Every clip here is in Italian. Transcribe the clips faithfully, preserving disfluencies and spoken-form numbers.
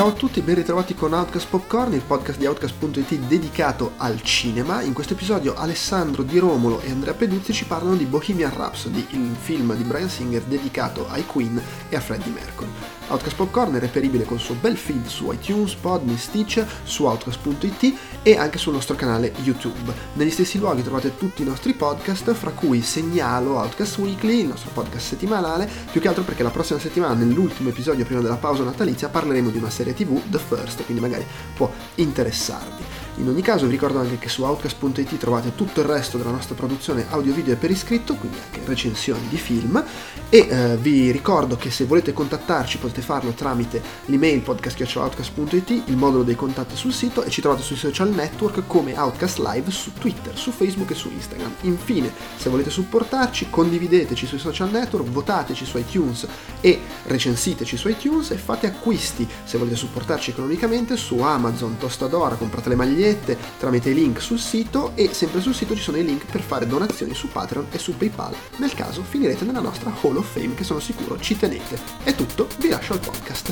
Ciao a tutti, ben ritrovati con Outcast Popcorn, il podcast di Outcast punto it dedicato al cinema. In questo episodio Alessandro Di Romolo e Andrea Peduzzi ci parlano di Bohemian Rhapsody, il film di Bryan Singer dedicato ai Queen e a Freddie Mercury. Outcast Popcorn è reperibile col suo bel feed su iTunes, Podme, Stitcher, su Outcast punto it e anche sul nostro canale YouTube. Negli stessi luoghi trovate tutti i nostri podcast, fra cui segnalo Outcast Weekly, il nostro podcast settimanale, più che altro perché la prossima settimana, nell'ultimo episodio prima della pausa natalizia, parleremo di una serie tv, The First, quindi magari può interessarvi. In ogni caso vi ricordo anche che su Outcast punto it trovate tutto il resto della nostra produzione audio video e per iscritto, quindi anche recensioni di film, e eh, vi ricordo che se volete contattarci potete farlo tramite l'email podcast chiocciola outcast punto it, il modulo dei contatti sul sito, e ci trovate sui social network come Outcast Live su Twitter, su Facebook e su Instagram. Infine, se volete supportarci, condivideteci sui social network, votateci su iTunes e recensiteci su iTunes, e fate acquisti, se volete supportarci economicamente, su Amazon, Tostadora, comprate le magliette tramite i link sul sito, e sempre sul sito ci sono i link per fare donazioni su Patreon e su PayPal. Nel caso finirete nella nostra Hall of Fame, che sono sicuro ci tenete. È tutto, vi lascio al podcast.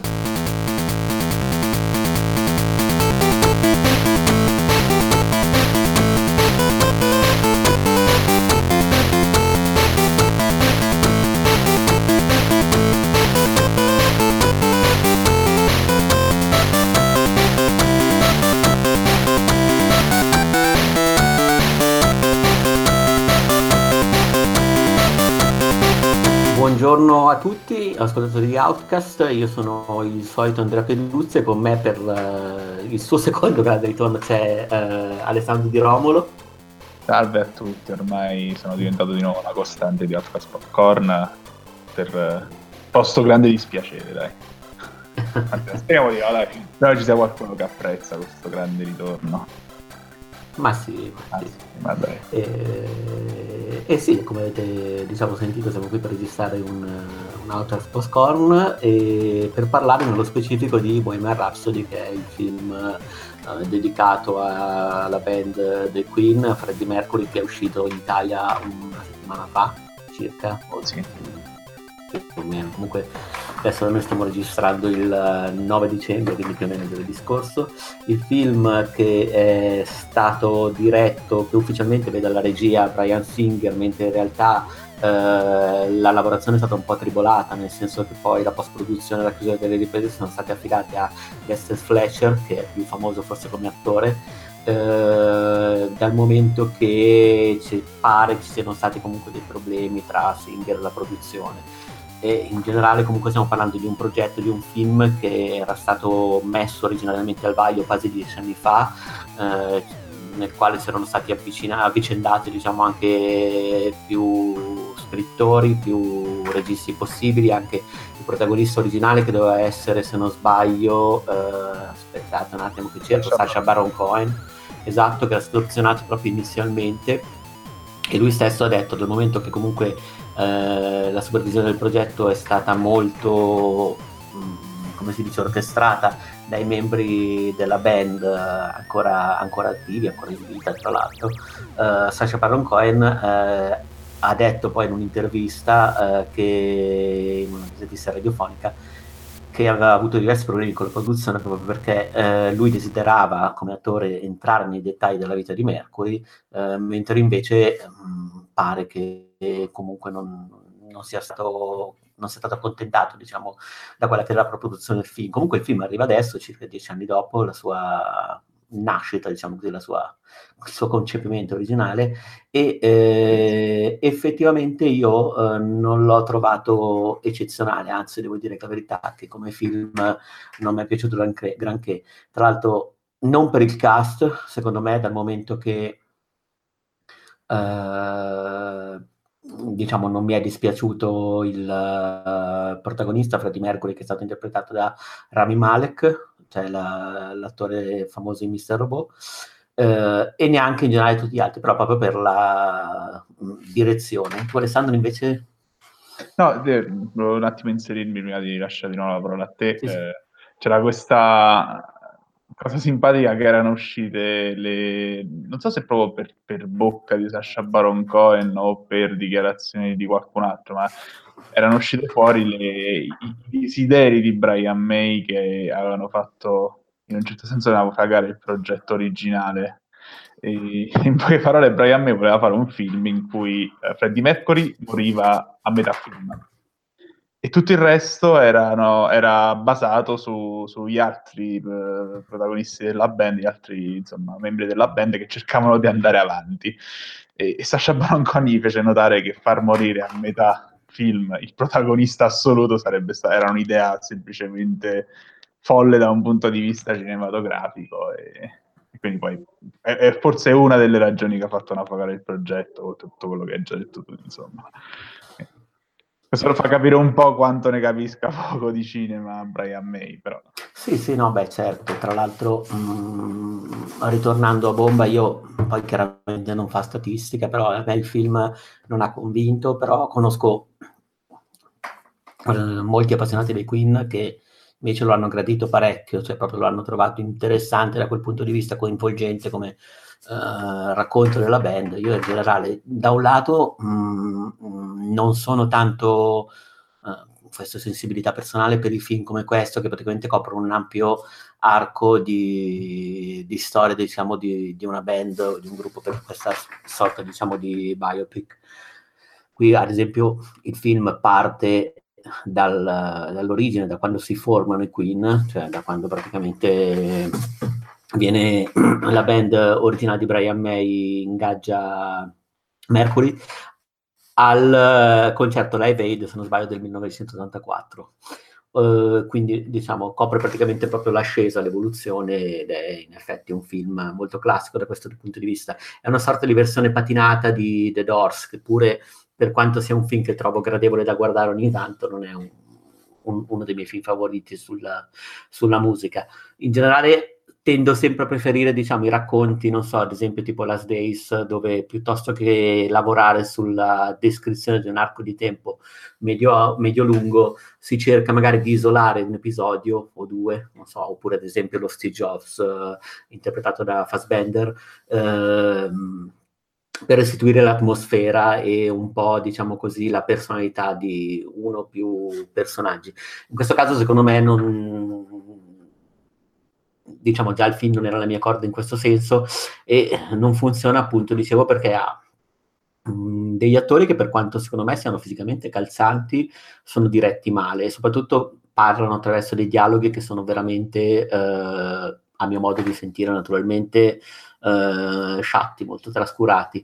Buongiorno a tutti, ascoltatori di Outcast, io sono il solito Andrea Peduzzi e con me per uh, il suo secondo grande ritorno c'è uh, Alessandro Di Romolo. Salve a tutti, ormai sono diventato di nuovo una costante di Outcast Popcorn per uh, posto grande dispiacere, dai. Speriamo di no, dai, però ci sia qualcuno che apprezza questo grande ritorno. Ma sì, ma sì. Ma dai. E, e sì, come avete diciamo sentito, siamo qui per registrare un, un Outcast Popcorn e per parlare nello specifico di Bohemian Rhapsody, che è il film uh, dedicato a, alla band The Queen, a Freddie Mercury, che è uscito in Italia una settimana fa circa. Oh, sì. Più o meno. Comunque adesso noi stiamo registrando il nove dicembre, quindi più o meno giovedì scorso. Il film, che è stato diretto, che ufficialmente vede alla regia Bryan Singer, mentre in realtà eh, la lavorazione è stata un po' tribolata, nel senso che poi la post-produzione e la chiusura delle riprese sono state affidate a Lester Fletcher, che è più famoso forse come attore, eh, dal momento che ci pare ci siano stati comunque dei problemi tra Singer e la produzione. E in generale comunque stiamo parlando di un progetto, di un film che era stato messo originariamente al vaglio quasi dieci anni fa, eh, nel quale si erano stati avvicina- avvicendati diciamo anche più scrittori, più registi possibili, anche il protagonista originale che doveva essere, se non sbaglio, eh, aspettate un attimo che cerco, Sacha Baron Cohen, esatto, che era stato opzionato proprio inizialmente, e lui stesso ha detto, dal momento che comunque eh, la supervisione del progetto è stata molto, mh, come si dice, orchestrata dai membri della band eh, ancora, ancora attivi, ancora in vita tra l'altro, eh, Sacha Baron Cohen eh, ha detto poi in un'intervista eh, che in un'intervista radiofonica che aveva avuto diversi problemi con la produzione proprio perché eh, lui desiderava come attore entrare nei dettagli della vita di Mercury, eh, mentre invece mh, pare che comunque non, non sia stato non sia stato accontentato diciamo da quella che era la produzione del film. Comunque il film arriva adesso, circa dieci anni dopo la sua nascita, diciamo così, la sua, il suo concepimento originale, e eh, effettivamente io eh, non l'ho trovato eccezionale, anzi devo dire la verità che come film non mi è piaciuto granché, granché. Tra l'altro non per il cast, secondo me, dal momento che eh, diciamo non mi è dispiaciuto il uh, protagonista Freddie Mercury, che è stato interpretato da Rami Malek, cioè la, l'attore famoso in mister Robot, eh, e neanche in generale tutti gli altri, però proprio per la mh, direzione. Tu Alessandro invece? No, de- volevo un attimo inserirmi prima di lasciare di nuovo la parola a te. Sì, sì. Eh, c'era questa cosa simpatica che erano uscite le... non so se proprio per, per bocca di Sacha Baron Cohen o per dichiarazioni di qualcun altro, ma erano uscite fuori le, i, i desideri di Brian May che avevano fatto, in un certo senso, naufragare il progetto originale. E, in poche parole, Brian May voleva fare un film in cui eh, Freddie Mercury moriva a metà film. E tutto il resto erano, era basato su, sugli altri eh, protagonisti della band, gli altri insomma, membri della band che cercavano di andare avanti. E, e Sacha Baron Cohen gli fece notare che far morire a metà film il protagonista assoluto sarebbe sta- era un'idea semplicemente folle da un punto di vista cinematografico. E, e quindi poi è, è forse una delle ragioni che ha fatto naufragare il progetto, tutto quello che hai già detto tu, insomma. Questo lo fa capire un po' quanto ne capisca poco di cinema Brian May, però. Sì, sì, no, beh, certo. Tra l'altro, mh, ritornando a bomba, io poi chiaramente non fa statistica, però a me il film non ha convinto, però conosco eh, molti appassionati dei Queen che invece lo hanno gradito parecchio, cioè proprio lo hanno trovato interessante da quel punto di vista, coinvolgente come eh, racconto della band. Io in generale, da un lato, mh, non sono tanto uh, questa sensibilità personale per i film come questo, che praticamente coprono un ampio arco di, di storia, diciamo, di, di una band, di un gruppo, per questa sorta, diciamo, di biopic. Qui, ad esempio, il film parte dal, dall'origine, da quando si formano i Queen, cioè da quando praticamente viene la band originale di Brian May ingaggia Mercury, al concerto Live Aid, se non sbaglio, del millenovecentottantaquattro. Uh, quindi diciamo copre praticamente proprio l'ascesa, l'evoluzione, ed è in effetti un film molto classico da questo punto di vista. È una sorta di versione patinata di The Doors, che pure, per quanto sia un film che trovo gradevole da guardare ogni tanto, non è un, un, uno dei miei film favoriti sulla, sulla musica. In generale tendo sempre a preferire, diciamo, i racconti, non so, ad esempio tipo Last Days, dove piuttosto che lavorare sulla descrizione di un arco di tempo medio, medio-lungo, si cerca magari di isolare un episodio o due, non so, oppure ad esempio lo Steve Jobs, eh, interpretato da Fassbender, ehm, per restituire l'atmosfera e un po', diciamo così, la personalità di uno o più personaggi. In questo caso, secondo me, non... diciamo già il film non era la mia corda in questo senso, e non funziona, appunto, dicevo, perché ha mh, degli attori che, per quanto secondo me siano fisicamente calzanti, sono diretti male, e soprattutto parlano attraverso dei dialoghi che sono veramente, eh, a mio modo di sentire naturalmente, eh, sciatti, molto trascurati.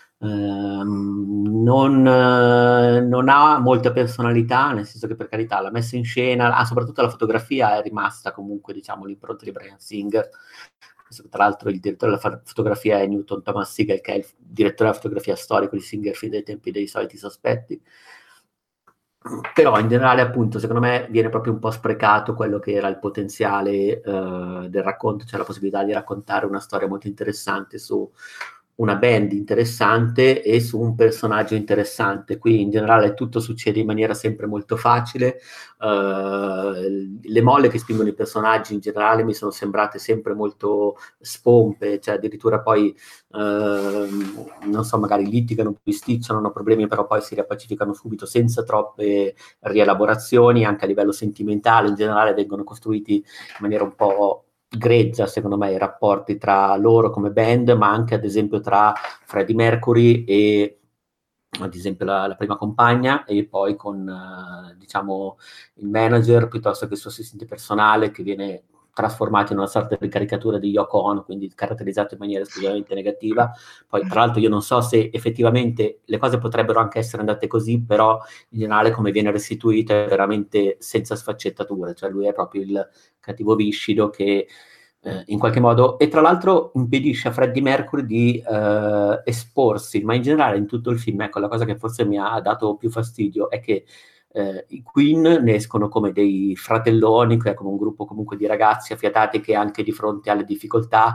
Um, non, uh, non ha molta personalità, nel senso che, per carità, la messa in scena, ah, soprattutto la fotografia è rimasta comunque, diciamo, l'impronta di Bryan Singer. Tra l'altro il direttore della fotografia è Newton Thomas Sigel, che è il direttore della fotografia storico di Singer fin dai tempi dei Soliti Sospetti. Però in generale, appunto, secondo me viene proprio un po' sprecato quello che era il potenziale uh, del racconto, cioè la possibilità di raccontare una storia molto interessante su una band interessante e su un personaggio interessante. Qui in generale tutto succede in maniera sempre molto facile, uh, le molle che spingono i personaggi in generale mi sono sembrate sempre molto spompe, cioè addirittura poi uh, non so, magari litigano, bisticciano, hanno problemi, però poi si riappacificano subito senza troppe rielaborazioni. Anche a livello sentimentale in generale vengono costruiti in maniera un po' grezza, secondo me, i rapporti tra loro come band, ma anche ad esempio tra Freddie Mercury e ad esempio la, la prima compagna, e poi con uh, diciamo il manager, piuttosto che il suo assistente personale, che viene trasformato in una sorta di caricatura di Yoko Ono, quindi caratterizzato in maniera esclusivamente negativa. Poi tra l'altro io non so se effettivamente le cose potrebbero anche essere andate così, però in generale come viene restituito è veramente senza sfaccettature, cioè lui è proprio il cattivo viscido che eh, in qualche modo, e tra l'altro impedisce a Freddie Mercury di eh, esporsi, ma in generale in tutto il film. Ecco, la cosa che forse mi ha dato più fastidio è che Eh, I Queen ne escono come dei fratelloni, cioè come un gruppo comunque di ragazzi affiatati che anche di fronte alle difficoltà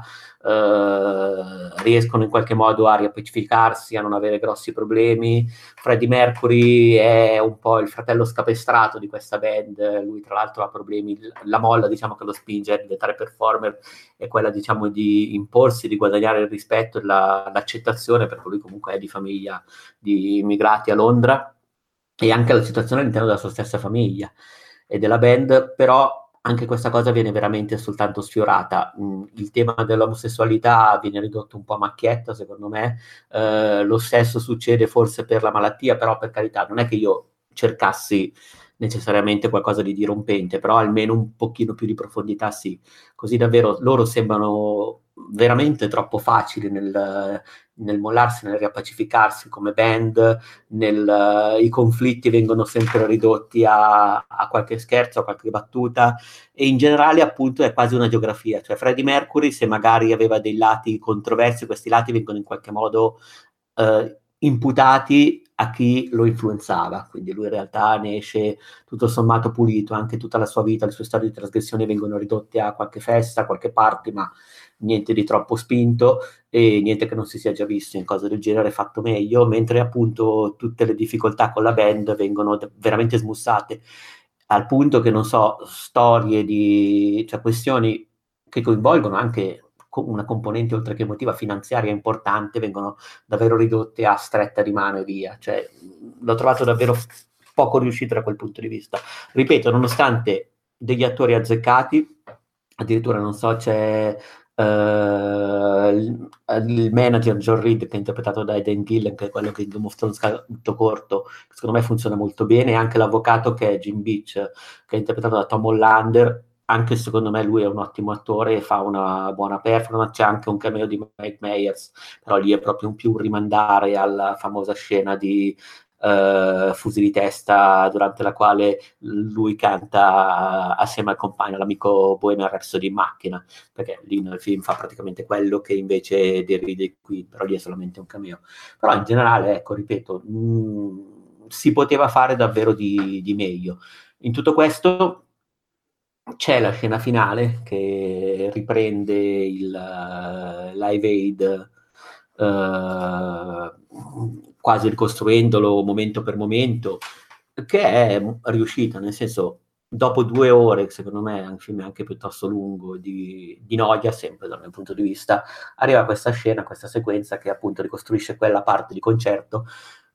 eh, riescono in qualche modo a riappacificarsi, a non avere grossi problemi. Freddie Mercury è un po' il fratello scapestrato di questa band, lui tra l'altro ha problemi, la molla diciamo che lo spinge a diventare performer è quella diciamo di imporsi, di guadagnare il rispetto e la, l'accettazione, perché lui comunque è di famiglia di immigrati a Londra, e anche la situazione all'interno della sua stessa famiglia e della band, però anche questa cosa viene veramente soltanto sfiorata. Il tema dell'omosessualità viene ridotto un po' a macchietta, secondo me. Eh, lo stesso succede forse per la malattia, però per carità, non è che io cercassi necessariamente qualcosa di dirompente, però almeno un pochino più di profondità sì. Così davvero loro sembrano veramente troppo facili nel, nel mollarsi, nel riappacificarsi come band, nel, uh, i conflitti vengono sempre ridotti a, a qualche scherzo, a qualche battuta, e in generale appunto è quasi una geografia, cioè Freddie Mercury se magari aveva dei lati controversi, questi lati vengono in qualche modo uh, imputati a chi lo influenzava, quindi lui in realtà ne esce tutto sommato pulito, anche tutta la sua vita, le sue storie di trasgressione vengono ridotte a qualche festa, a qualche party, ma niente di troppo spinto e niente che non si sia già visto in cose del genere fatto meglio, mentre appunto tutte le difficoltà con la band vengono veramente smussate, al punto che non so, storie di, cioè questioni che coinvolgono anche una componente oltre che emotiva, finanziaria importante, vengono davvero ridotte a stretta di mano e via, cioè l'ho trovato davvero poco riuscito da quel punto di vista. Ripeto, nonostante degli attori azzeccati, addirittura non so, c'è uh, il, il manager John Reed che è interpretato da Aidan Gillen, che è quello che in Game of Thrones ha tutto corto, che secondo me funziona molto bene, e anche l'avvocato che è Jim Beach, che è interpretato da Tom Hollander, anche secondo me lui è un ottimo attore e fa una buona performance. C'è anche un cameo di Mike Myers, però lì è proprio un più rimandare alla famosa scena di uh, fusi di testa durante la quale lui canta assieme al compagno, l'amico Bohemian Rhapsody in macchina, perché lì nel film fa praticamente quello che invece deride qui, però lì è solamente un cameo. Però in generale, ecco, ripeto, mh, si poteva fare davvero di, di meglio. In tutto questo c'è la scena finale che riprende il uh, Live Aid uh, quasi ricostruendolo momento per momento, che è riuscita, nel senso, dopo due ore, secondo me è un film anche piuttosto lungo, di, di noia, sempre dal mio punto di vista, arriva questa scena, questa sequenza che appunto ricostruisce quella parte di concerto,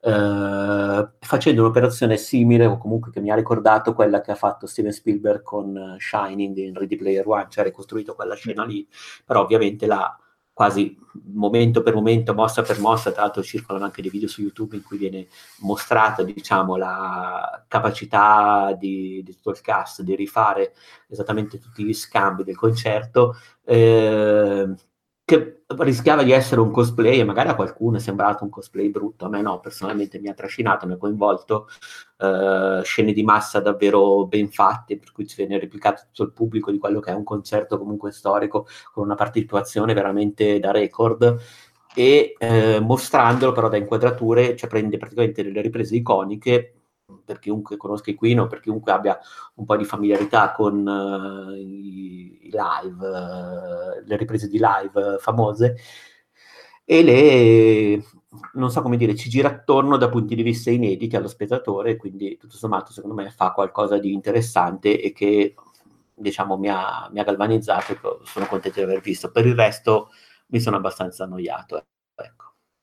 Uh, facendo un'operazione simile, o comunque che mi ha ricordato quella che ha fatto Steven Spielberg con Shining in Ready Player One, cioè ha ricostruito quella scena lì, però ovviamente l'ha quasi momento per momento, mossa per mossa. Tra l'altro circolano anche dei video su YouTube in cui viene mostrata, diciamo, la capacità di, di tutto il cast di rifare esattamente tutti gli scambi del concerto, eh, che rischiava di essere un cosplay, e magari a qualcuno è sembrato un cosplay brutto, a me no, personalmente mi ha trascinato, mi ha coinvolto, eh, scene di massa davvero ben fatte, per cui ci viene replicato tutto il pubblico di quello che è un concerto comunque storico, con una partecipazione veramente da record, e eh, mostrandolo però da inquadrature, cioè prende praticamente delle riprese iconiche, per chiunque conosca i Queen o per chiunque abbia un po' di familiarità con uh, i, i live, uh, le riprese di live famose, e le, non so come dire, ci gira attorno da punti di vista inediti allo spettatore, quindi tutto sommato secondo me fa qualcosa di interessante e che diciamo mi ha, mi ha galvanizzato, e sono contento di aver visto. Per il resto mi sono abbastanza annoiato, ecco.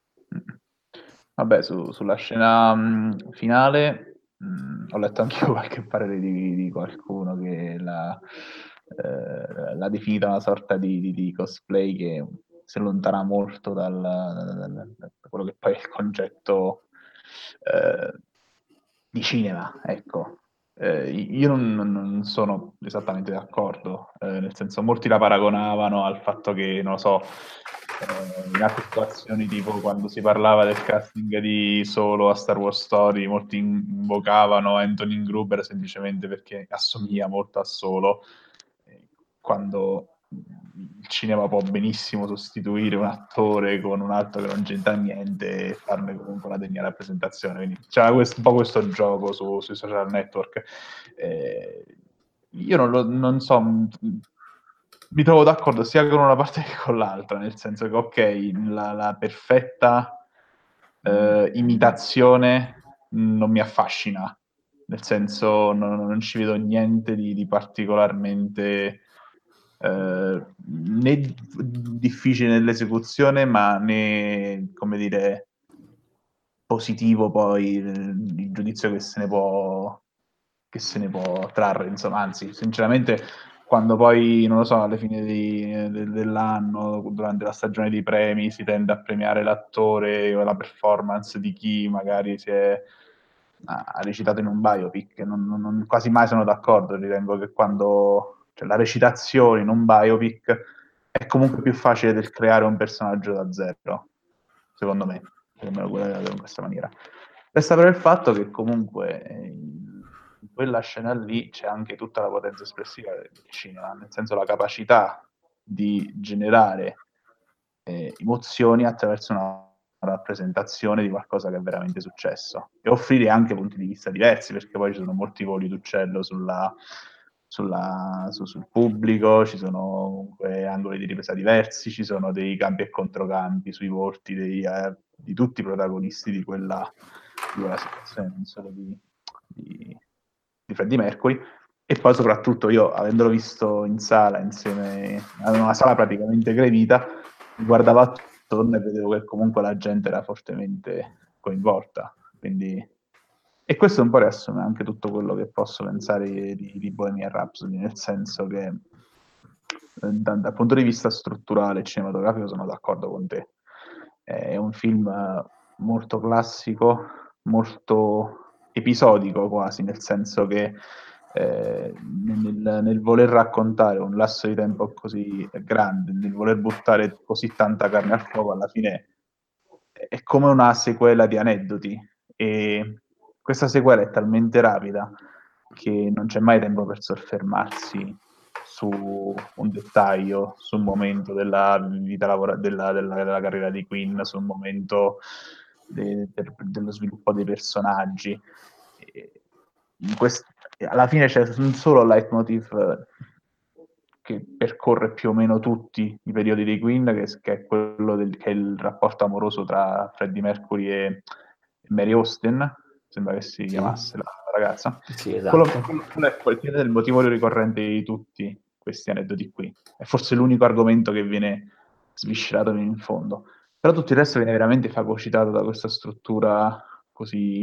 Vabbè, su, sulla scena mh, finale mh, ho letto anche io qualche parere di, di qualcuno che l'ha, eh, l'ha definita una sorta di, di, di cosplay che si allontana molto dal, dal, da quello che poi è il concetto eh, di cinema, ecco. Eh, io non, non sono esattamente d'accordo, eh, nel senso molti la paragonavano al fatto che, non lo so, eh, in altre situazioni tipo quando si parlava del casting di Solo a Star Wars Story, molti invocavano Anthony Gruber semplicemente perché assomiglia molto a Solo, eh, quando il cinema può benissimo sostituire un attore con un altro che non c'entra niente e farne comunque una degna rappresentazione. Quindi c'è questo, un po' questo gioco su, sui social network. Eh, io non, lo, non so, mi trovo d'accordo sia con una parte che con l'altra, nel senso che ok, la, la perfetta eh, imitazione non mi affascina, nel senso non, non ci vedo niente di, di particolarmente eh, né difficile nell'esecuzione, ma né, come dire, positivo poi il, il giudizio che se ne può che se ne può trarre, insomma, anzi, sinceramente quando poi, non lo so, alle fine di, de, dell'anno, durante la stagione dei premi, si tende a premiare l'attore o la performance di chi magari si è, ha recitato in un biopic, non, non, quasi mai sono d'accordo, ritengo che quando cioè, la recitazione in un biopic è comunque più facile del creare un personaggio da zero, secondo me, secondo me in questa maniera. Resta però il fatto che comunque in quella scena lì c'è anche tutta la potenza espressiva del cinema, nel senso la capacità di generare eh, emozioni attraverso una rappresentazione di qualcosa che è veramente successo e offrire anche punti di vista diversi, perché poi ci sono molti voli d'uccello sulla, sulla, su, sul pubblico, ci sono comunque angoli di ripresa diversi, ci sono dei campi e controcampi sui volti dei, eh, di tutti i protagonisti di quella, di quella situazione, non solo di, di, di Freddie Mercury. E poi soprattutto io, avendolo visto in sala insieme a una sala praticamente gremita, mi guardavo attorno e vedevo che comunque la gente era fortemente coinvolta. Quindi... E questo un po' riassume anche tutto quello che posso pensare di, di Bohemian Rhapsody, nel senso che da, dal punto di vista strutturale e cinematografico sono d'accordo con te. È un film molto classico, molto episodico quasi, nel senso che eh, nel, nel voler raccontare un lasso di tempo così grande, nel voler buttare così tanta carne al fuoco, alla fine è come una sequela di aneddoti e questa sequela è talmente rapida che non c'è mai tempo per soffermarsi su un dettaglio, su un momento della vita lavora- della, della, della carriera di Queen, su un momento de, de, dello sviluppo dei personaggi. E in quest- alla fine c'è un solo leitmotiv che percorre più o meno tutti i periodi dei Queen, che, che è quello del, che è il rapporto amoroso tra Freddie Mercury e Mary Austin, sembra che si Sì. chiamasse la ragazza. Sì, esatto. Quello, quello, quello è quel, è il motivo ricorrente di tutti questi aneddoti qui. È forse l'unico argomento che viene sviscerato in fondo. Però tutto il resto viene veramente fagocitato da questa struttura così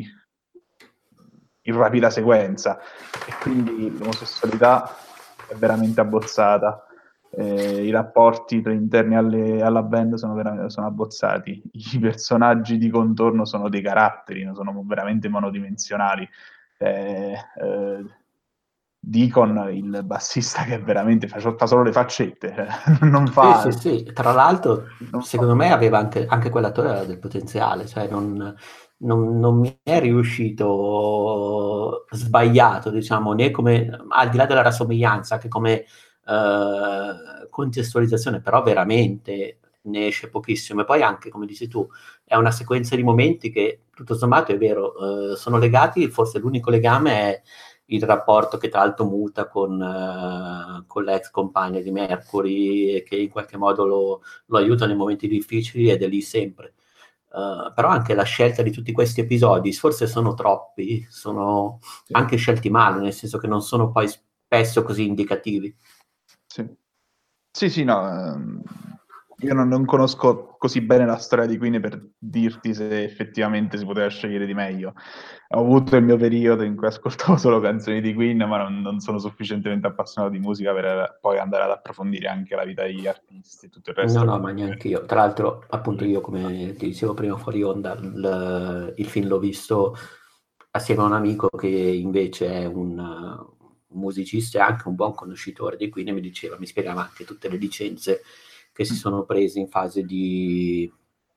in rapida sequenza. E quindi l'omosessualità è veramente abbozzata. Eh, i rapporti interni alle, alla band sono, veramente, sono abbozzati, i personaggi di contorno sono dei caratteri, sono veramente monodimensionali. Eh, eh, Deacon, il bassista che veramente fa, fa solo le faccette, non fa Sì, sì, altro. sì. Tra l'altro, Non fa... secondo me aveva anche, anche quell'attore aveva del potenziale, cioè non, non, non mi è riuscito sbagliato, diciamo, né come, al di là della rassomiglianza, che come eh, contestualizzazione, però veramente ne esce pochissimo. E poi anche, come dici tu, è una sequenza di momenti che, tutto sommato, è vero, eh, sono legati, forse l'unico legame è il rapporto che tra l'altro muta con, uh, con l'ex compagna di Mercury e che in qualche modo lo, lo aiuta nei momenti difficili ed è lì sempre. Uh, però anche la scelta di tutti questi episodi, forse sono troppi, sono Sì. anche scelti male, nel senso che non sono poi spesso così indicativi. Sì, sì, sì, no, ehm, io non, non conosco così bene la storia di Queen per dirti se effettivamente si poteva scegliere di meglio. Ho avuto il mio periodo in cui ascoltavo solo canzoni di Queen, ma non, non sono sufficientemente appassionato di musica per poi andare ad approfondire anche la vita degli artisti e tutto il resto. No, no, ma neanche io. Tra l'altro, appunto, io, come ti dicevo prima fuori onda, il, il film l'ho visto assieme a un amico che invece è un, un musicista e anche un buon conoscitore di Queen, e mi diceva, mi spiegava anche tutte le licenze che si sono prese in fase di,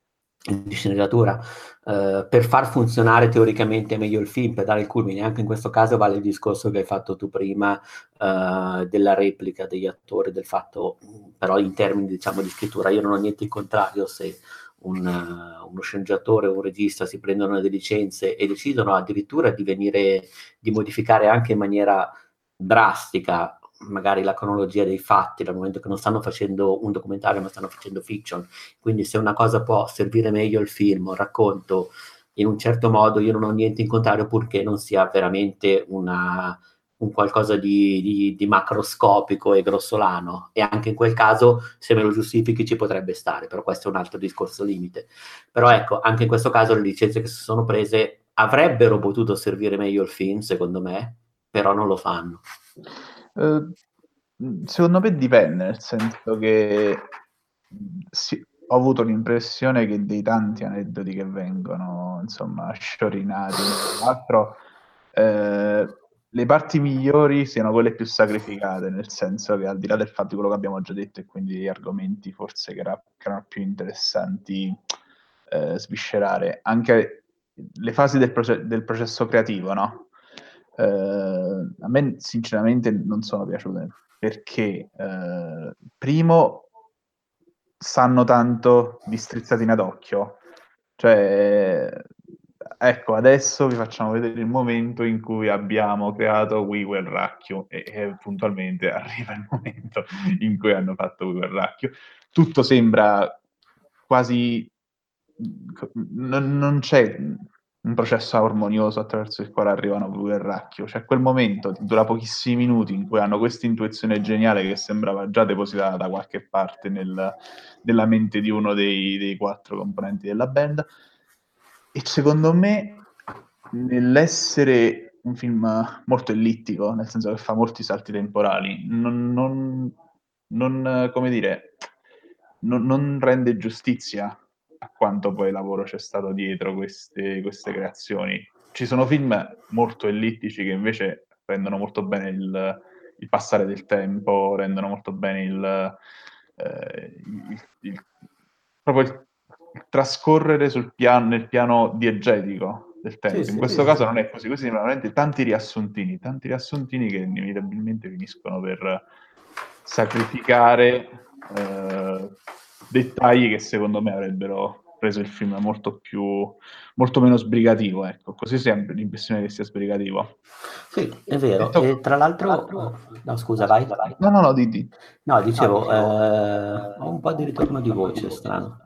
di sceneggiatura, eh, per far funzionare teoricamente meglio il film, per dare il culmine. Anche in questo caso vale il discorso che hai fatto tu prima, eh, della replica degli attori, del fatto, però in termini diciamo di scrittura, io non ho niente in contrario se un, uh, uno sceneggiatore o un regista si prendono delle licenze e decidono addirittura di venire, di modificare anche in maniera drastica magari la cronologia dei fatti, dal momento che non stanno facendo un documentario ma stanno facendo fiction. Quindi se una cosa può servire meglio il film o il racconto in un certo modo, io non ho niente in contrario, purché non sia veramente una, un qualcosa di, di, di macroscopico e grossolano, e anche in quel caso se me lo giustifichi ci potrebbe stare, però questo è un altro discorso limite. Però ecco, anche in questo caso le licenze che si sono prese avrebbero potuto servire meglio il film, secondo me, però non lo fanno. Uh, secondo me dipende, nel senso che sì, ho avuto l'impressione che dei tanti aneddoti che vengono insomma sciorinati, l'altro, eh, le parti migliori siano quelle più sacrificate, nel senso che al di là del fatto di quello che abbiamo già detto e quindi gli argomenti forse che, era, che erano più interessanti eh, sviscerare, anche le fasi del, proce- del processo creativo, no? Eh, a me sinceramente non sono piaciute perché eh, primo sanno tanto di strizzatina d'occhio, cioè ecco adesso vi facciamo vedere il momento in cui abbiamo creato We Will Rock You e, e puntualmente arriva il momento in cui hanno fatto We Will Rock You. Tutto sembra quasi non, non c'è un processo armonioso attraverso il quale arrivano a il racchio. C'è quel momento, dura pochissimi minuti, in cui hanno questa intuizione geniale che sembrava già depositata da qualche parte nel, nella mente di uno dei, dei quattro componenti della band. E secondo me, nell'essere un film molto ellittico, nel senso che fa molti salti temporali, non, non, non come dire, non, non rende giustizia a quanto poi lavoro c'è stato dietro queste, queste creazioni. Ci sono film molto ellittici che invece rendono molto bene il, il passare del tempo, rendono molto bene il, eh, il, il proprio il, il trascorrere sul piano, nel piano diegetico del tempo. Sì, In sì, questo sì, caso sì. non è così, questi sono veramente tanti riassuntini, tanti riassuntini che inevitabilmente finiscono per sacrificare eh, dettagli che secondo me avrebbero reso il film molto più molto meno sbrigativo, ecco, così sempre l'impressione che sia sbrigativo. Sì, è vero. Detto... E tra l'altro, no, scusa, vai. No, no, no, di, di. No, dicevo, eh, ho un po' di ritorno di voce, strano.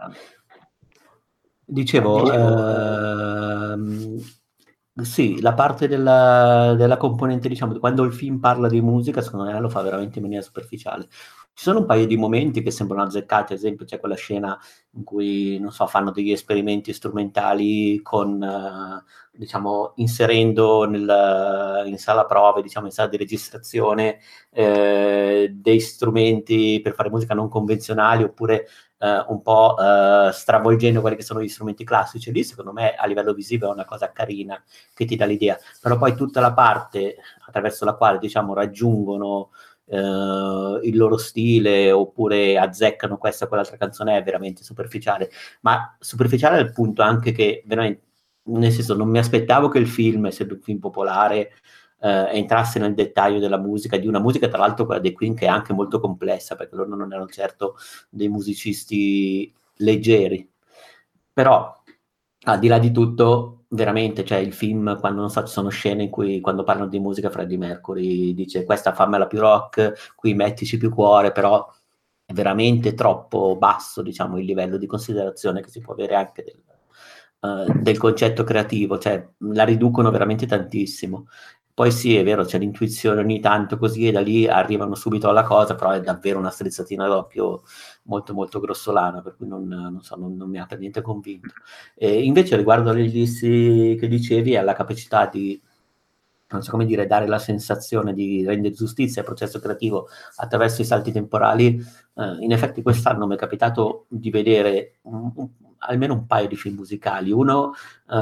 Dicevo, ehm, sì, la parte della, della componente, diciamo, quando il film parla di musica, secondo me lo fa veramente in maniera superficiale. Ci sono un paio di momenti che sembrano azzeccati, ad esempio c'è quella scena in cui, non so, fanno degli esperimenti strumentali con, eh, diciamo, inserendo nel, in sala prove, diciamo, in sala di registrazione, eh, dei strumenti per fare musica non convenzionali, oppure Uh, un po' uh, stravolgendo quelli che sono gli strumenti classici. Lì secondo me a livello visivo è una cosa carina che ti dà l'idea, però poi tutta la parte attraverso la quale diciamo raggiungono uh, il loro stile oppure azzeccano questa o quell'altra canzone è veramente superficiale, ma superficiale al punto anche che veramente, nel senso, non mi aspettavo che il film, essendo un film popolare, Uh, entrasse nel dettaglio della musica, di una musica tra l'altro quella dei Queen che è anche molto complessa, perché loro non erano certo dei musicisti leggeri, però al di là di tutto veramente, cioè il film, quando non so, ci sono scene in cui quando parlano di musica Freddie Mercury dice questa fammela più rock, qui mettici più cuore, però è veramente troppo basso, diciamo, il livello di considerazione che si può avere anche del, uh, del concetto creativo, cioè la riducono veramente tantissimo. Poi sì, è vero, c'è l'intuizione ogni tanto così e da lì arrivano subito alla cosa, però è davvero una strizzatina d'occhio molto molto grossolana, per cui non, non, so, non, non mi ha per niente convinto. E invece riguardo agli indizi che dicevi, alla capacità di, non so come dire, dare la sensazione di rendere giustizia al processo creativo attraverso i salti temporali, eh, in effetti quest'anno mi è capitato di vedere un, un, almeno un paio di film musicali. Uno,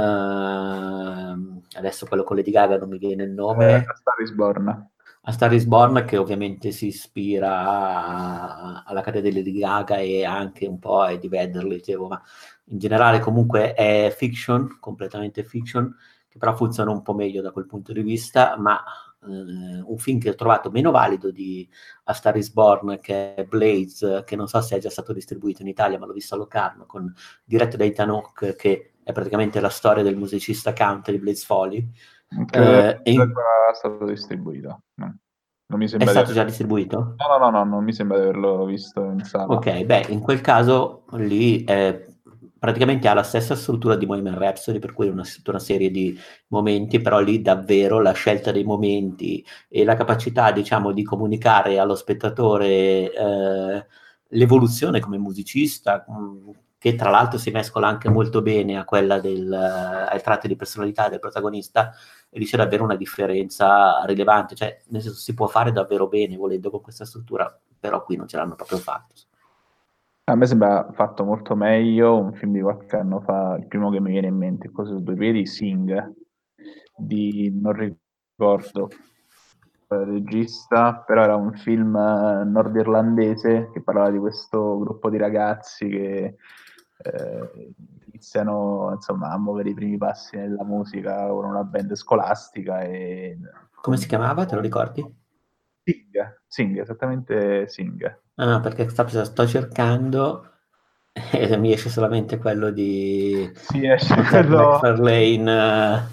eh, adesso quello con Lady Gaga non mi viene il nome. Eh, A Star is Born. A Star is Born, che ovviamente si ispira a, alla carriera di Lady Gaga e anche un po' a Eddie Vedder, leggevo, ma in generale comunque è fiction, completamente fiction, che però funziona un po' meglio da quel punto di vista, ma eh, un film che ho trovato meno valido di A Star is Born, che è Blaze, che non so se è già stato distribuito in Italia, ma l'ho visto a Locarno, con, diretto da Ethan Hawke, che è praticamente la storia del musicista country Blaze Foley. Credo Eh, che sia in... stato distribuito. No. Non mi È sembra di stato già averlo... distribuito? No, no, no, no, non mi sembra di averlo visto in sala. Ok, beh, in quel caso lì eh, praticamente ha la stessa struttura di Bohemian Rhapsody, per cui è una, tutta una serie di momenti, però lì davvero la scelta dei momenti e la capacità, diciamo, di comunicare allo spettatore eh, l'evoluzione come musicista, mh, che tra l'altro si mescola anche molto bene a quella del, eh, ai tratti di personalità del protagonista, e lì c'è davvero una differenza rilevante, cioè nel senso si può fare davvero bene volendo con questa struttura, però qui non ce l'hanno proprio fatto. A me sembra fatto molto meglio un film di qualche anno fa, il primo che mi viene in mente, così su due piedi, Sing, di non ricordo il regista, però era un film eh, nordirlandese che parlava di questo gruppo di ragazzi che eh, iniziano insomma a muovere i primi passi nella musica con una band scolastica e Come si con... chiamava, te lo ricordi? Sing, Sing, esattamente Sing. Ah, perché sto, sto cercando e mi esce solamente quello di Sì, esce con Seth quello... MacFarlane.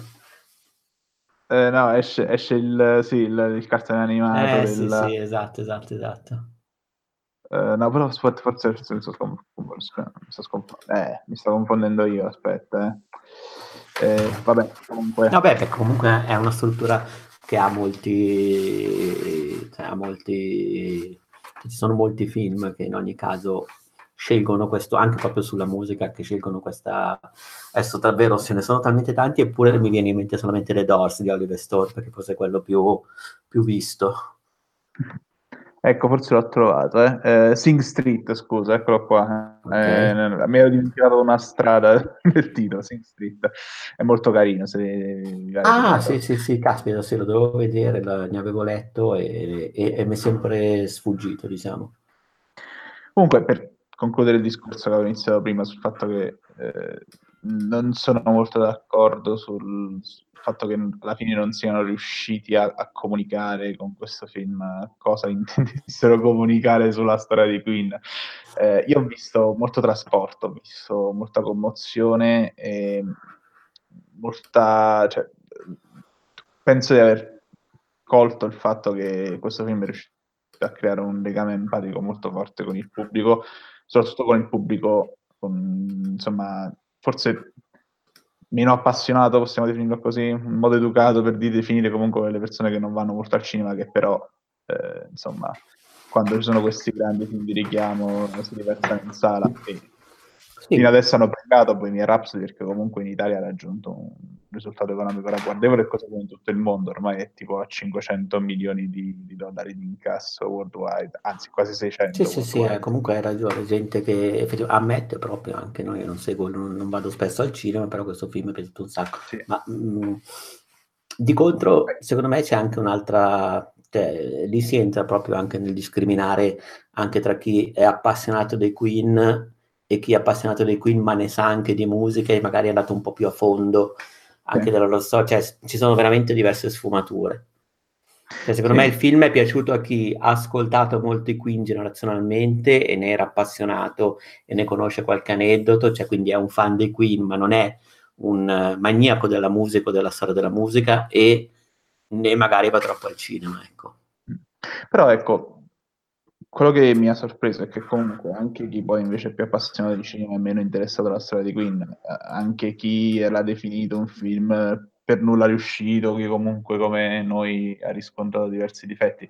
Eh, no, esce, esce il, sì, il, il cartone animato Eh, eh sì, del... sì, esatto, esatto, esatto. eh, no, però aspetta, forse mi sto, scom- mi sto scomp- eh, mi sto confondendo io, aspetta. Eh. Eh, vabbè, comunque... Vabbè, beh, comunque è una struttura che ha molti, cioè, ha molti, ci sono molti film che in ogni caso scelgono questo, anche proprio sulla musica, che scelgono questa, adesso davvero ce ne sono talmente tanti, eppure mi viene in mente solamente The Doors di Oliver Stone, perché forse è quello più, più visto. Ecco, forse l'ho trovato, eh. Eh, Sing Street, scusa, eccolo qua. Ok. Eh, mi ero dimenticato una strada del titolo, Sing Street. È molto carino, se vi va Ah, dedicato. sì, sì, sì, caspita, sì, lo dovevo vedere, la- ne avevo letto e, e- e mi è sempre sfuggito, diciamo. Comunque, per concludere il discorso che avevo iniziato prima sul fatto che eh, non sono molto d'accordo sul, sul fatto che alla fine non siano riusciti a, a comunicare con questo film cosa intendessero comunicare sulla storia di Queen. Eh, io ho visto molto trasporto, ho visto molta commozione e molta... Cioè, penso di aver colto il fatto che questo film è riuscito a creare un legame empatico molto forte con il pubblico, soprattutto con il pubblico, con, insomma, forse meno appassionato, possiamo definirlo così, in modo educato per di- definire comunque le persone che non vanno molto al cinema, che però, eh, insomma, quando ci sono questi grandi film di richiamo si diversano in sala e fino Sì, adesso hanno pagato Bohemian Rhapsody perché comunque in Italia ha raggiunto un risultato economico ragguardevole, cosa come in tutto il mondo, ormai è tipo a cinquecento milioni di, di dollari di incasso worldwide, anzi quasi sì, seicento sì, sì, eh, worldwide. comunque hai ragione, gente che effettivamente ammette proprio, anche noi non seguo, non, non vado spesso al cinema, però questo film mi è piaciuto un sacco. Sì. Ma mh, di contro, secondo me c'è anche un'altra, cioè, lì si entra proprio anche nel discriminare anche tra chi è appassionato dei Queen e chi è appassionato dei Queen ma ne sa anche di musica e magari è andato un po' più a fondo anche Sì. della loro storia, cioè ci sono veramente diverse sfumature. Cioè, secondo Sì. me il film è piaciuto a chi ha ascoltato molto i Queen generazionalmente e ne era appassionato e ne conosce qualche aneddoto, cioè quindi è un fan dei Queen, ma non è un uh, maniaco della musica o della storia della musica e né magari va troppo al cinema, ecco. Però ecco, quello che mi ha sorpreso è che comunque anche chi poi invece è più appassionato di cinema e meno interessato alla storia di Queen, eh, anche chi l'ha definito un film per nulla riuscito, che comunque come noi ha riscontrato diversi difetti,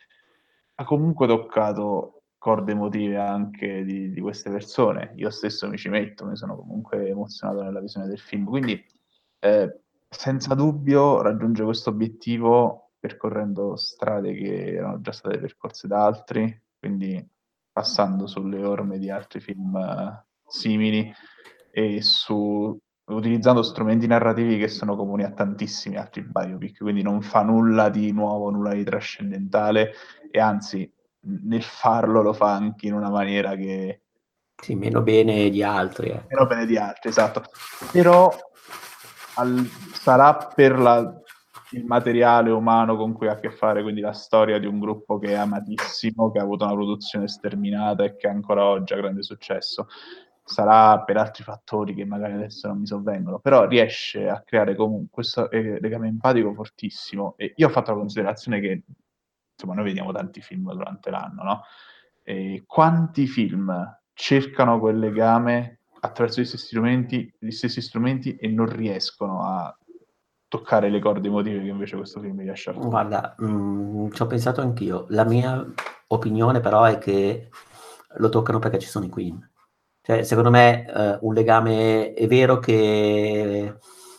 ha comunque toccato corde emotive anche di, di queste persone. Io stesso mi ci metto, mi sono comunque emozionato nella visione del film. Quindi, eh, senza dubbio, raggiunge questo obiettivo percorrendo strade che erano già state percorse da altri, quindi passando sulle orme di altri film eh, simili e su, utilizzando strumenti narrativi che sono comuni a tantissimi altri biopic, quindi non fa nulla di nuovo, nulla di trascendentale e anzi nel farlo lo fa anche in una maniera che Sì, meno bene di altri. Ecco. Meno bene di altri, esatto. Però al, sarà per la, il materiale umano con cui ha a che fare, quindi la storia di un gruppo che è amatissimo, che ha avuto una produzione sterminata e che ancora oggi ha grande successo. Sarà per altri fattori che magari adesso non mi sovvengono, però riesce a creare comunque questo eh, legame empatico fortissimo. E io ho fatto la considerazione che, insomma, noi vediamo tanti film durante l'anno, no? E quanti film cercano quel legame attraverso gli stessi strumenti, gli stessi strumenti e non riescono a toccare le corde emotive che invece questo film riesce a fare. Guarda, mh, ci ho pensato anch'io. La mia opinione però è che lo toccano perché ci sono i Queen. Cioè, secondo me eh, un legame è vero che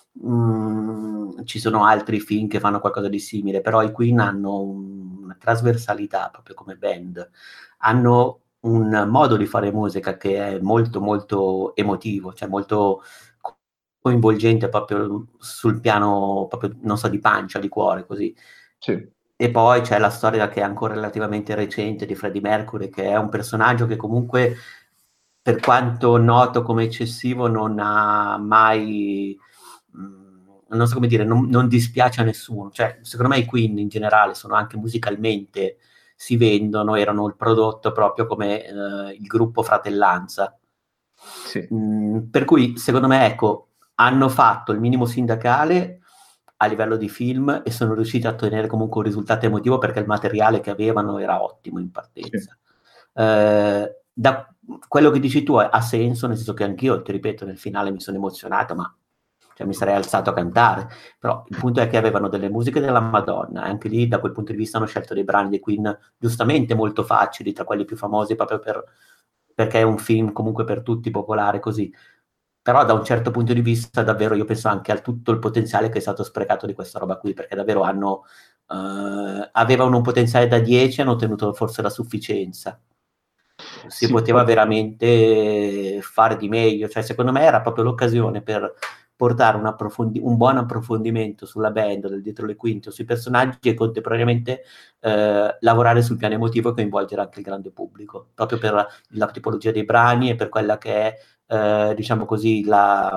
mh, ci sono altri film che fanno qualcosa di simile, però i Queen hanno un- una trasversalità proprio come band, hanno un modo di fare musica che è molto molto emotivo, cioè molto co- coinvolgente proprio sul piano, proprio, non so, di pancia, di cuore, così. Sì, E poi c'è la storia che è ancora relativamente recente di Freddie Mercury, che è un personaggio che comunque, per quanto noto come eccessivo, non ha mai, mh, non so come dire, non, non dispiace a nessuno. Cioè, secondo me i Queen in generale sono anche musicalmente, si vendono, erano il prodotto proprio come eh, il gruppo Fratellanza. sì, Mm, per cui, secondo me, ecco, hanno fatto il minimo sindacale a livello di film e sono riusciti a ottenere comunque un risultato emotivo perché il materiale che avevano era ottimo in sì, partenza. Eh, da quello che dici tu ha senso, nel senso che anch'io, ti ripeto, nel finale mi sono emozionato, ma cioè, mi sarei alzato a cantare, però il punto è che avevano delle musiche della Madonna, e anche lì da quel punto di vista hanno scelto dei brani dei Queen giustamente molto facili, tra quelli più famosi, proprio per, perché è un film comunque per tutti popolare così. Però da un certo punto di vista davvero io penso anche a tutto il potenziale che è stato sprecato di questa roba qui, perché davvero hanno, eh, avevano un potenziale da dieci e hanno ottenuto forse la sufficienza. Si sì, poteva veramente fare di meglio, cioè secondo me era proprio l'occasione per portare un, approfondi- un buon approfondimento sulla band, del dietro le quinte, sui personaggi e contemporaneamente eh, lavorare sul piano emotivo e coinvolgere anche il grande pubblico, proprio per la tipologia dei brani e per quella che è eh, diciamo così, la,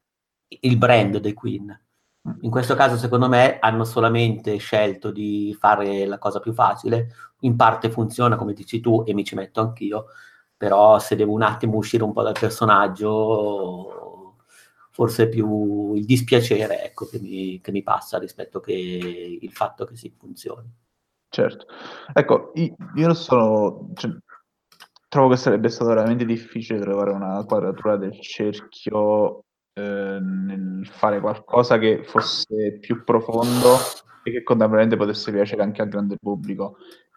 il brand dei Queen. In questo caso, secondo me, hanno solamente scelto di fare la cosa più facile. In parte funziona, come dici tu, e mi ci metto anch'io, però se devo un attimo uscire un po' dal personaggio, forse è più il dispiacere, ecco, che mi, che mi passa rispetto che il fatto che si funzioni. certo. Ecco, io non sono, cioè, trovo che sarebbe stato veramente difficile trovare una quadratura del cerchio eh, nel fare qualcosa che fosse più profondo e che contemporaneamente potesse piacere anche al grande pubblico.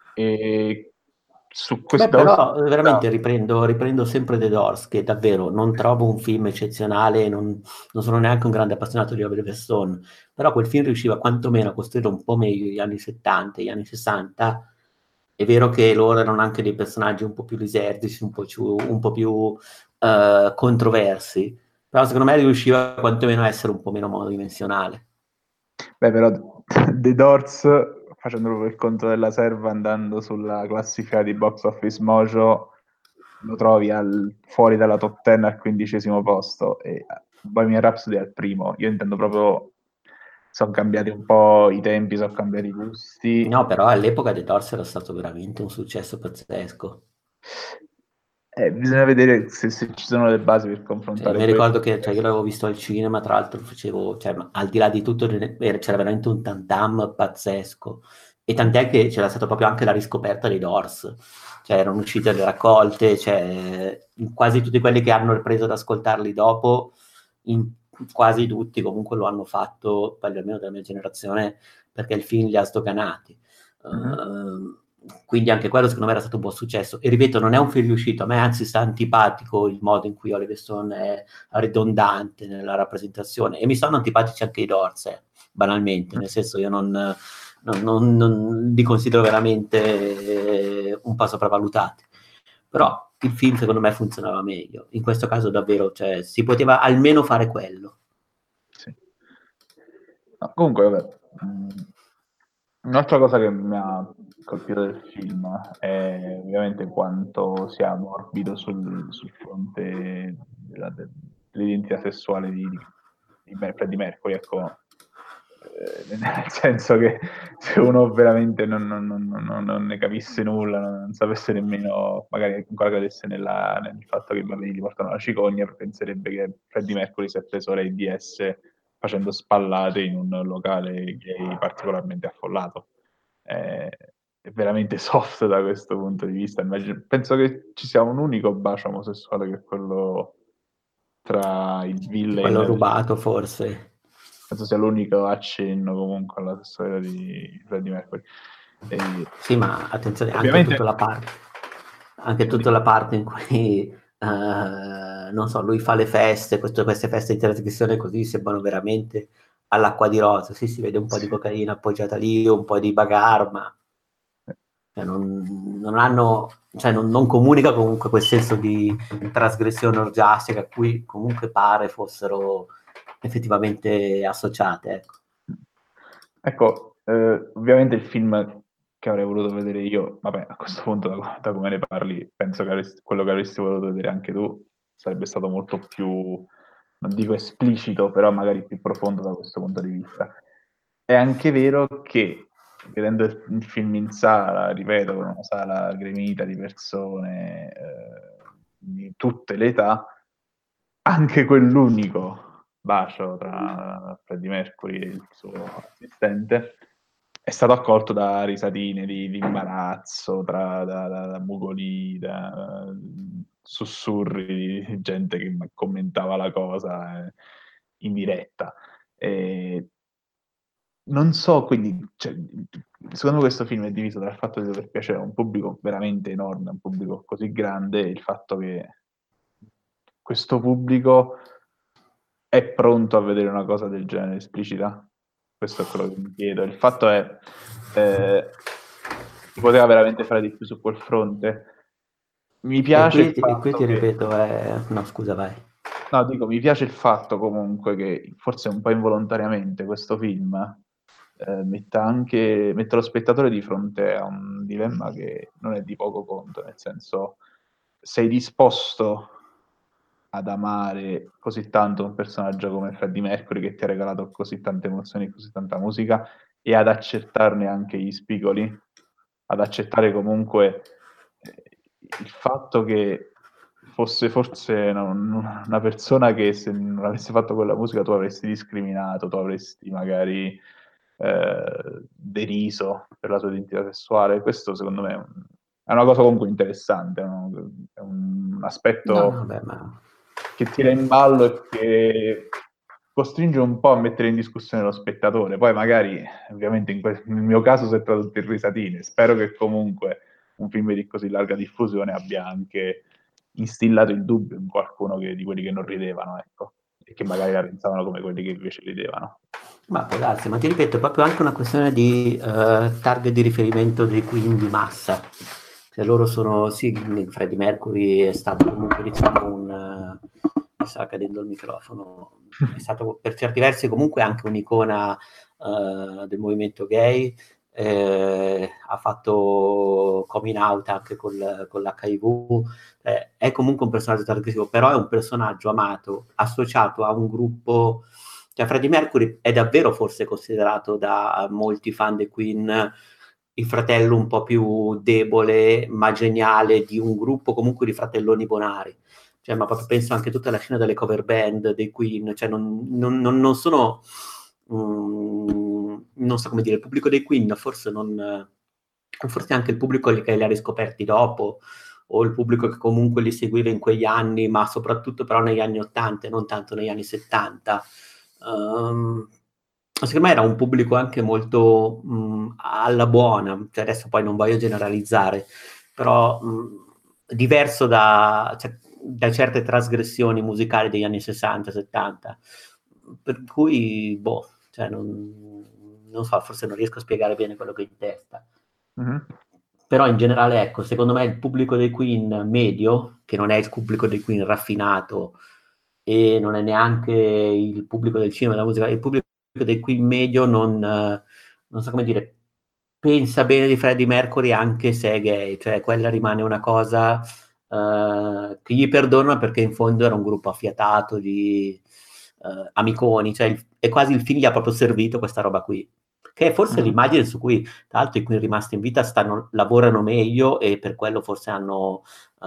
E su Beh, questa cosa... però veramente riprendo, riprendo sempre The Doors, che davvero non trovo un film eccezionale, non, non sono neanche un grande appassionato di Oliver Stone, però quel film riusciva quantomeno a costruire un po' meglio gli anni settanta, gli anni sessanta. È vero che loro erano anche dei personaggi un po' più lisergici, un po' più, un po' più eh, controversi, però secondo me riusciva quantomeno a essere un po' meno monodimensionale. Beh, però The Doors, facendo proprio il conto della serva, andando sulla classifica di Box Office Mojo, lo trovi al, fuori dalla top dieci al quindicesimo posto e Bohemian Rhapsody al primo. Io intendo proprio, sono cambiati un po' i tempi, sono cambiati i gusti. No, però all'epoca The Doors era stato veramente un successo pazzesco. Eh, bisogna vedere se, se ci sono le basi per Cioè, confrontare mi questo. ricordo che cioè, io l'avevo visto al cinema, tra l'altro facevo, cioè, ma al di là di tutto era- c'era veramente un tantam pazzesco. E tant'è che c'era stata proprio anche la riscoperta dei Doors. Cioè, erano uscite le raccolte, cioè, in quasi tutti quelli che hanno ripreso ad ascoltarli dopo, in quasi tutti comunque lo hanno fatto, poi almeno della mia generazione, perché il film li ha sdoganati. Mhm. Uh, quindi anche quello secondo me era stato un buon successo. E ripeto, non è un film riuscito, a me anzi sta antipatico il modo in cui Oliver Stone è ridondante nella rappresentazione, e mi stanno antipatici anche i Doors, eh, banalmente, nel senso io non, non, non, non li considero veramente eh, un po' sopravvalutati. Però il film secondo me funzionava meglio. In questo caso davvero, cioè, si poteva almeno fare quello. Sì. No, comunque, vabbè, mh, Un'altra cosa che mi ha colpito del film è ovviamente quanto sia morbido sul, sul fronte della, dell'identità sessuale di, di, di Freddie Mercury, ecco. Eh, nel senso che se uno veramente non, non, non, non, non ne capisse nulla, non sapesse nemmeno, magari ancora cadesse nella, nel fatto che i bambini gli portano la cicogna, penserebbe che Freddie Mercury si è preso l'AIDS facendo spallate in un locale gay particolarmente affollato. È, è veramente soft da questo punto di vista. Immagino, penso che ci sia un unico bacio omosessuale, che è quello tra il villain Quello e rubato forse. penso sia l'unico accenno comunque alla storia di Freddie Mercury. E, Sì, ma attenzione, anche ovviamente tutta la parte, anche tutta la parte in cui, uh, non so, lui fa le feste, questo, queste feste di trasgressione così sembrano veramente all'acqua di rose. Sì, si vede un po' di cocaina appoggiata lì, un po' di bagar, ma cioè, non, non hanno, cioè non, non comunica comunque quel senso di trasgressione orgiastica a cui comunque pare fossero effettivamente associate, ecco. Ecco, eh, ovviamente il film che avrei voluto vedere io, vabbè, a questo punto da, da come ne parli, penso che avresti, quello che avresti voluto vedere anche tu sarebbe stato molto più, non dico esplicito, però magari più profondo da questo punto di vista. È anche vero che vedendo il film in sala, ripeto, con una sala gremita di persone eh, di tutte le età, anche quell'unico bacio tra Freddie Mercury e il suo assistente è stato accolto da risatine di, di imbarazzo, tra, da, da, da mugolii, da uh, sussurri di gente che commentava la cosa eh, in diretta. E non so, quindi, cioè, secondo me questo film è diviso dal fatto di dover piacere a un pubblico veramente enorme, un pubblico così grande, e il fatto che questo pubblico è pronto a vedere una cosa del genere esplicita? Questo è quello che mi chiedo. Il fatto è, eh, si poteva veramente fare di più su quel fronte? Mi E piace qui, il ti- e qui fatto ti che... ripeto, eh, no scusa, vai. No, dico, mi piace il fatto comunque che, forse un po' involontariamente, questo film eh, metta anche, metta lo spettatore di fronte a un dilemma che non è di poco conto, nel senso, sei disposto ad amare così tanto un personaggio come Freddie Mercury, che ti ha regalato così tante emozioni, così tanta musica, e ad accettarne anche gli spigoli, ad accettare comunque eh, il fatto che fosse forse una, una persona che, se non avesse fatto quella musica, tu avresti discriminato, tu avresti magari eh, deriso per la sua identità sessuale. Questo secondo me è, un, è una cosa comunque interessante, no? È un No, aspetto no, beh, ma che tira in ballo e che costringe un po' a mettere in discussione lo spettatore. Poi magari, ovviamente in que- nel mio caso si è tradotto in risatine. Spero che comunque un film di così larga diffusione abbia anche instillato il dubbio in qualcuno che, di quelli che non ridevano, ecco, e che magari la pensavano come quelli che invece ridevano. Ma può darsi, ma ti ripeto, è proprio anche una questione di eh, target di riferimento dei Queen di massa. Cioè loro sono, sì, Freddie Mercury è stato comunque, diciamo, un... Uh, mi sta cadendo il microfono, è stato per certi versi comunque anche un'icona uh, del movimento gay, eh, ha fatto coming out anche col, con l'H I V, eh, è comunque un personaggio trasgressivo, però è un personaggio amato, associato a un gruppo. Cioè, Freddie Mercury è davvero forse considerato da molti fan dei Queen il fratello un po' più debole, ma geniale di un gruppo comunque di fratelloni bonari. Cioè, ma proprio penso anche a tutta la scena delle cover band dei Queen, cioè non, non, non, non sono, um, non so come dire, il pubblico dei Queen forse non, forse anche il pubblico che li ha riscoperti dopo, o il pubblico che comunque li seguiva in quegli anni, ma soprattutto però negli anni ottanta e non tanto negli anni settanta. Um, secondo me era un pubblico anche molto mh, alla buona, cioè adesso poi non voglio generalizzare, però mh, diverso da, cioè, da certe trasgressioni musicali degli anni sessanta settanta, per cui boh, cioè non, non so, forse non riesco a spiegare bene quello che ho in testa. Mm-hmm. Però in generale, ecco, secondo me il pubblico dei Queen medio, che non è il pubblico dei Queen raffinato e non è neanche il pubblico del cinema e della musica, il pubblico dei Queen medio non, non so come dire, pensa bene di Freddie Mercury anche se è gay, cioè quella rimane una cosa uh, che gli perdonano, perché in fondo era un gruppo affiatato di uh, amiconi, cioè il, è quasi il film gli ha proprio servito questa roba qui, che è forse Mm-hmm. l'immagine su cui tra l'altro i Queen rimasti in vita stanno, lavorano meglio, e per quello forse hanno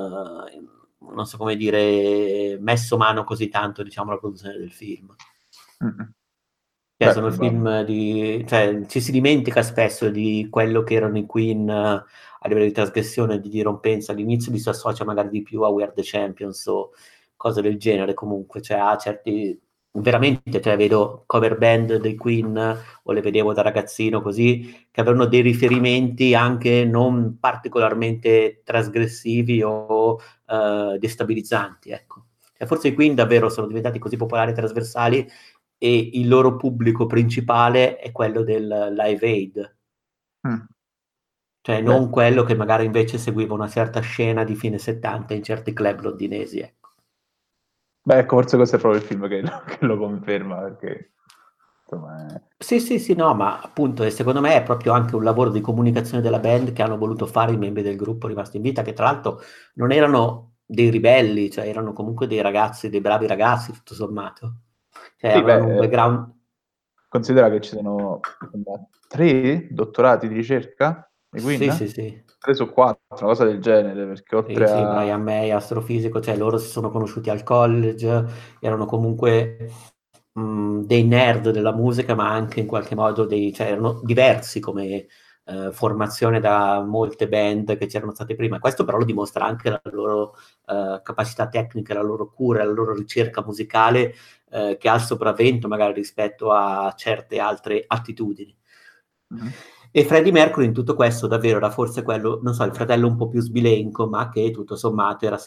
uh, non so come dire, messo mano così tanto, diciamo, alla produzione del film. Mm-hmm. Cioè, Beh, sono film di... cioè, ci si dimentica spesso di quello che erano i Queen uh, a livello di trasgressione, di dirompenza. All'inizio li si associa magari di più a We Are The Champions o cose del genere, comunque, cioè a certi... veramente, cioè vedo cover band dei Queen, o le vedevo da ragazzino così, che avevano dei riferimenti anche non particolarmente trasgressivi o uh, destabilizzanti, ecco. Cioè, forse i Queen davvero sono diventati così popolari e trasversali, e il loro pubblico principale è quello del Live Aid, mm. cioè non Beh. quello che magari invece seguiva una certa scena di fine settanta in certi club londinesi, ecco. Beh, ecco, forse questo è proprio il film che lo, che lo conferma, perché insomma è... Sì, sì, sì, no, ma appunto secondo me è proprio anche un lavoro di comunicazione della band che hanno voluto fare i membri del gruppo rimasti in vita, che tra l'altro non erano dei ribelli, cioè erano comunque dei ragazzi, dei bravi ragazzi, tutto sommato. Cioè Sì, avevano beh, un background... considera che ci sono tre dottorati di ricerca di Sì, Queen? sì, sì. Tre su quattro, una cosa del genere, perché oltre Sì, sì, a... Brian May, astrofisico, cioè loro si sono conosciuti al college, erano comunque mh, dei nerd della musica, ma anche in qualche modo dei, cioè erano diversi come eh, formazione da molte band che c'erano state prima. Questo però lo dimostra anche la loro eh, capacità tecnica, la loro cura, la loro ricerca musicale, eh, che ha il sopravvento magari rispetto a certe altre attitudini. Mm-hmm. E Freddie Mercury in tutto questo davvero era forse quello, non so, il fratello un po' più sbilenco, ma che tutto sommato era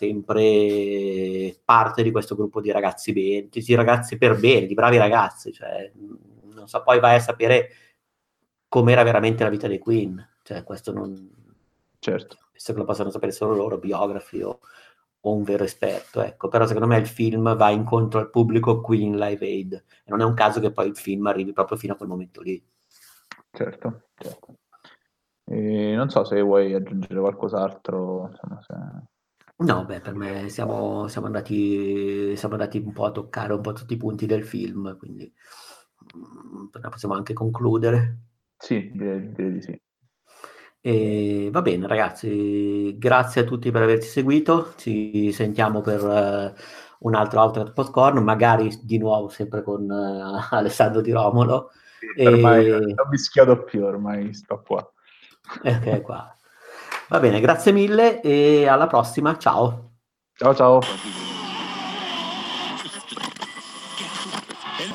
sempre parte di questo gruppo di ragazzi bene, di ragazzi per bene, di bravi ragazzi, cioè, non so, poi vai a sapere com'era veramente la vita dei Queen, cioè questo non... Certo. Penso che lo possano sapere solo loro, biografi o, o un vero esperto, ecco. Però secondo me il film va incontro al pubblico Queen Live Aid, e non è un caso che poi il film arrivi proprio fino a quel momento lì. Certo, certo. E non so se vuoi aggiungere qualcos'altro, insomma, se... No, beh, per me siamo, siamo andati, siamo andati un po' a toccare un po' tutti i punti del film, quindi mh, possiamo anche concludere. Sì, direi, direi di sì. E va bene, ragazzi, grazie a tutti per averci seguito. Ci sentiamo per uh, un altro Outlet Popcorn, magari di nuovo sempre con uh, Alessandro Di Romolo. Sì, ormai E... non mi schiodo più, ormai sto qua. Ok, qua. Va bene, grazie mille e alla prossima. Ciao. Ciao ciao.